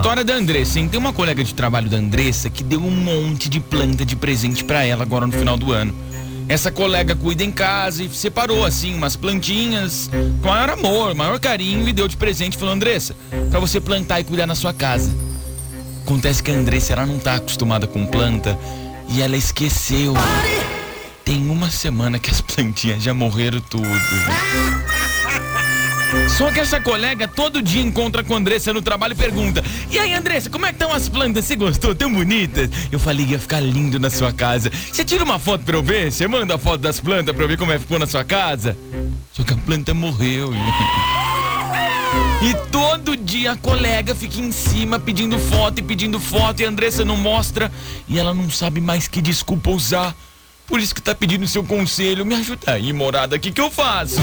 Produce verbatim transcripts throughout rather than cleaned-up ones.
História da Andressa, hein? Tem uma colega de trabalho da Andressa que deu um monte de planta de presente pra ela agora no final do ano. Essa colega cuida em casa e separou, assim, umas plantinhas com maior amor, maior carinho e deu de presente. Falou, Andressa, pra você plantar e cuidar na sua casa. Acontece que a Andressa, ela não tá acostumada com planta e ela esqueceu. Tem uma semana que as plantinhas já morreram tudo. Só que essa colega todo dia encontra com a Andressa no trabalho e pergunta: e aí, Andressa, como é que estão as plantas? Você gostou? Tão bonitas? Eu falei, ia ficar lindo na sua casa. Você tira uma foto pra eu ver? Você manda a foto das plantas pra eu ver como é que ficou na sua casa? Só que a planta morreu. E todo dia a colega fica em cima pedindo foto e pedindo foto e a Andressa não mostra e ela não sabe mais que desculpa usar. Por isso que tá pedindo seu conselho. Me ajuda aí, morada, o que que eu faço?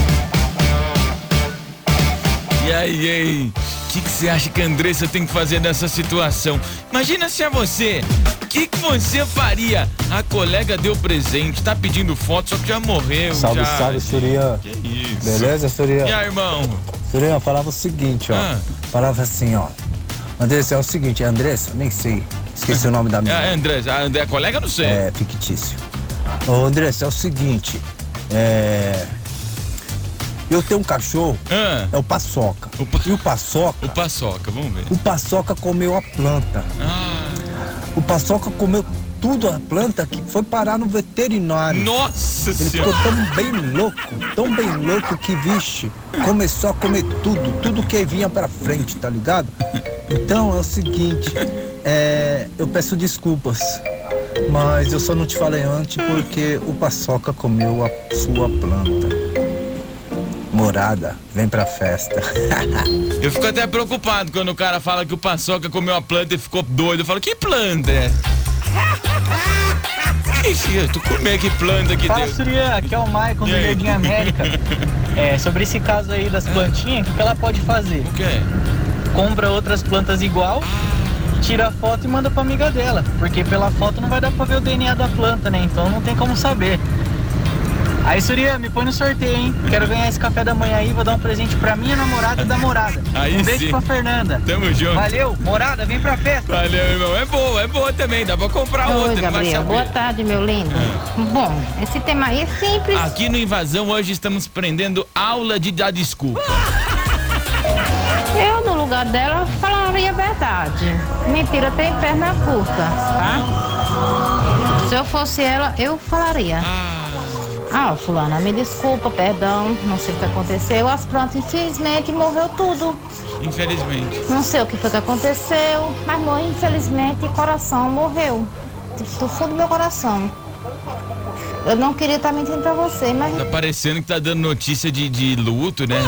E aí, ei, o que que você acha que a Andressa tem que fazer nessa situação? Imagina se é você, o que que você faria? A colega deu presente, tá pedindo foto, só que já morreu. Salve, já. salve, Surya. Que isso? Beleza, Surya? E aí, irmão? Surya, falava o seguinte, ó. Ah. Falava assim, ó. Andressa, é o seguinte, é Andressa? Nem sei. Esqueci o nome da minha. É, Andressa, a André, a colega não sei. É, fictício. Ô, Andressa, é o seguinte, é... eu tenho um cachorro, Ah. é o Paçoca. O pa... E o Paçoca... O Paçoca, vamos ver. O Paçoca comeu a planta. Ah. O Paçoca comeu tudo a planta que foi parar no veterinário. Nossa Ele Senhora. ficou tão bem louco, tão bem louco que, vixe, começou a comer tudo, tudo que vinha pra frente, tá ligado? Então é o seguinte, é, eu peço desculpas, mas eu só não te falei antes porque o Paçoca comeu a sua planta. Morada, vem pra festa. Eu fico até preocupado quando o cara fala que o Paçoca comeu a planta e ficou doido. Eu falo, que planta é? Que filho, tu comer que planta que Fala, deu? Surya, aqui é o Maicon do Jardim América. É, sobre esse caso aí das plantinhas, o que ela pode fazer? O quê? Compra outras plantas igual, tira a foto e manda pra amiga dela. Porque pela foto não vai dar pra ver o D N A da planta, né? Então não tem como saber. Aí, Surya, me põe no sorteio, hein? Quero ganhar esse café da manhã aí, vou dar um presente pra minha namorada e da morada. Aí um beijo sim. pra Fernanda. Tamo junto. Valeu, morada, vem pra festa. Valeu, irmão. É boa, é boa também. Dá pra comprar Oi, outra, não vai Gabriel. saber. Boa tarde, meu lindo. É. Bom, esse tema aí é simples. Aqui no Invasão hoje estamos prendendo aula de dar desculpa. Eu, no lugar dela, falaria a verdade. Mentira tem perna curta, tá? Se eu fosse ela, eu falaria. Ah, fulana, me desculpa, perdão, não sei o que aconteceu. As plantas, infelizmente, morreu tudo. Infelizmente. Não sei o que foi que aconteceu, mas morreu, infelizmente, o coração morreu. Do fundo do meu coração. Eu não queria estar mentindo pra você, mas... Tá parecendo que tá dando notícia de, de luto, né?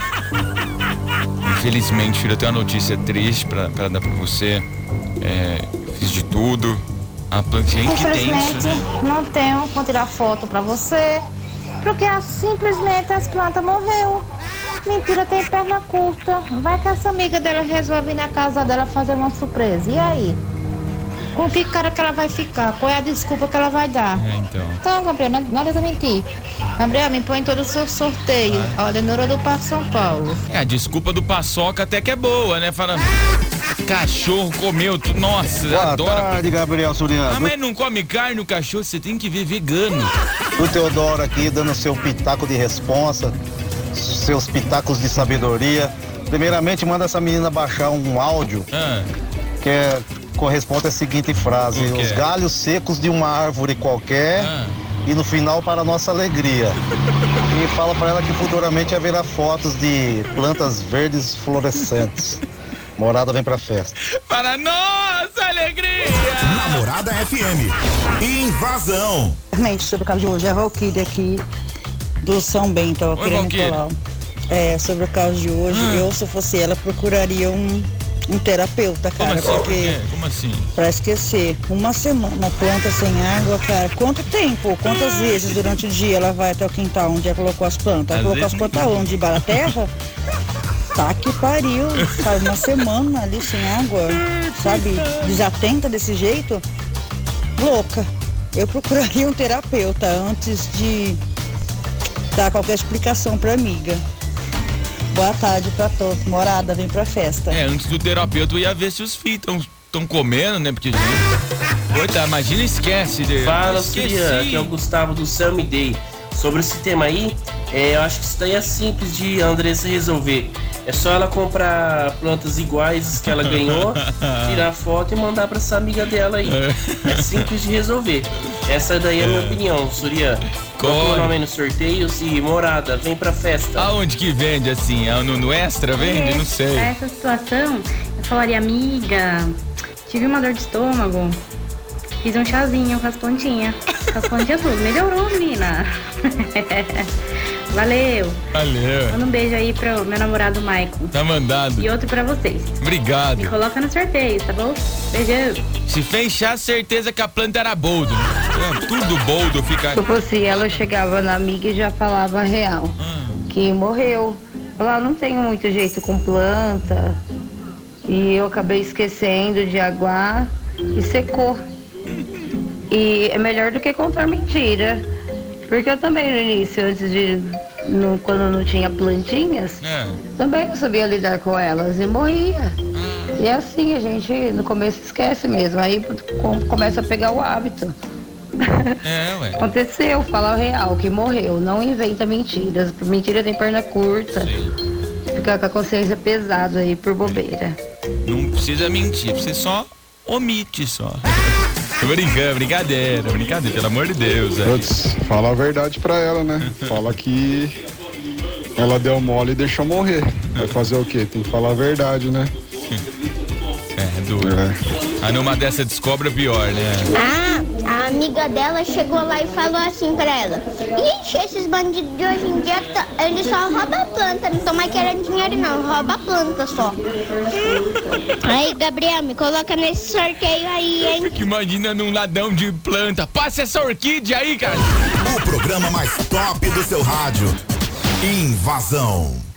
Infelizmente, filho, eu tenho uma notícia triste pra, pra dar pra você. É, fiz de tudo. A plantinha que Infelizmente, tenso, né? não tenho como tirar foto pra você, porque ah, simplesmente as plantas morreu. Mentira tem perna curta. Vai que essa amiga dela resolve ir na casa dela fazer uma surpresa. E aí? Com que cara que ela vai ficar? Qual é a desculpa que ela vai dar? É, então. Então, Gabriel, não, não adianta mentir. Gabriel, me põe em todo o seu sorteio. Ah. Ó, Denora do Parque São Paulo. É, a desculpa do Paçoca até que é boa, né? Fala, cachorro comeu tudo. Nossa, Boa adoro. tarde, Gabriel Suriano. Ah, mas não come carne o cachorro, você tem que ver vegano. O Teodoro aqui dando seu pitaco de responsa, seus pitacos de sabedoria. Primeiramente, manda essa menina baixar um áudio Ah, que é, corresponde à seguinte frase: O quê? os galhos secos de uma árvore qualquer ah. e no final para nossa alegria. E fala para ela que futuramente haverá fotos de plantas verdes florescentes. Morada vem pra festa. Para nossa alegria! Namorada F M. Invasão. Realmente, sobre o caso de hoje, é a Valquíria aqui do São Bento, eu Oi, queria Valquíria. falar. É, sobre o caso de hoje, Ah. eu, se eu fosse ela, procuraria um, um terapeuta, Como cara, assim? Por porque quê? Como assim? pra esquecer, uma semana, planta sem água, cara, quanto tempo, quantas vezes durante o dia ela vai até o quintal onde ela colocou as plantas? Ela Às colocou vezes as plantas onde? Debaixo da terra? Tá que pariu, sabe, uma semana ali sem água, sabe, desatenta desse jeito, louca. Eu procuraria um terapeuta antes de dar qualquer explicação pra amiga. Boa tarde pra todos. Morada, vem pra festa. É, antes do terapeuta eu ia ver se os filhos estão comendo, né? Porque, gente, coitado, imagina, esquece. De... Fala, Surya, aqui é o Gustavo do Selmy Day. Sobre esse tema aí, é, eu acho que isso daí é simples de a Andressa resolver. É só ela comprar plantas iguais que ela ganhou, tirar foto e mandar pra essa amiga dela aí. É simples de resolver. Essa daí é a minha opinião, Surya. Qual o nome aí nos sorteios e Morada, vem pra festa. Aonde que vende assim? No, no Extra vende? É, Não sei. Essa situação, eu falaria, amiga, tive uma dor de estômago, fiz um chazinho com as plantinhas. Com as plantinhas tudo. Melhorou, menina. Valeu. Valeu. Manda um beijo aí pro meu namorado Maicon. Tá mandado. E outro pra vocês. Obrigado. Me coloca no sorteio, tá bom? Beijão. Se fechar, certeza que a planta era boldo. É, tudo boldo fica. Se fosse ela, chegava na amiga e já falava a real. Hum. Que morreu. Ela não tem muito jeito com planta. E eu acabei esquecendo de aguar e secou. E é melhor do que contar mentira. Porque eu também no início, antes de. No, quando não tinha plantinhas, é. também não sabia lidar com elas e morria. Hum. E assim, a gente no começo esquece mesmo. Aí começa a pegar o hábito. É, ué. Aconteceu, fala o real, que morreu. Não inventa mentiras. Mentira tem perna curta. Sim. Fica com a consciência pesada aí por bobeira. Não precisa mentir, você só omite só. Tô brincando, brincadeira, brincadeira, pelo amor de Deus. Putz, fala a verdade pra ela, né? Fala que ela deu mole e deixou morrer. Vai fazer o quê? Tem que falar a verdade, né? É, é duro. É. Aí numa dessa descobre pior, né? Ah, a amiga dela chegou lá e falou assim pra ela: ixi, esses bandidos de hoje em dia, eles só roubam planta, não estão mais querendo dinheiro não, rouba planta só. Aí, Gabriel, me coloca nesse sorteio aí, hein? Imagina num ladão de planta. Passa essa orquídea aí, cara. O programa mais top do seu rádio. Invasão.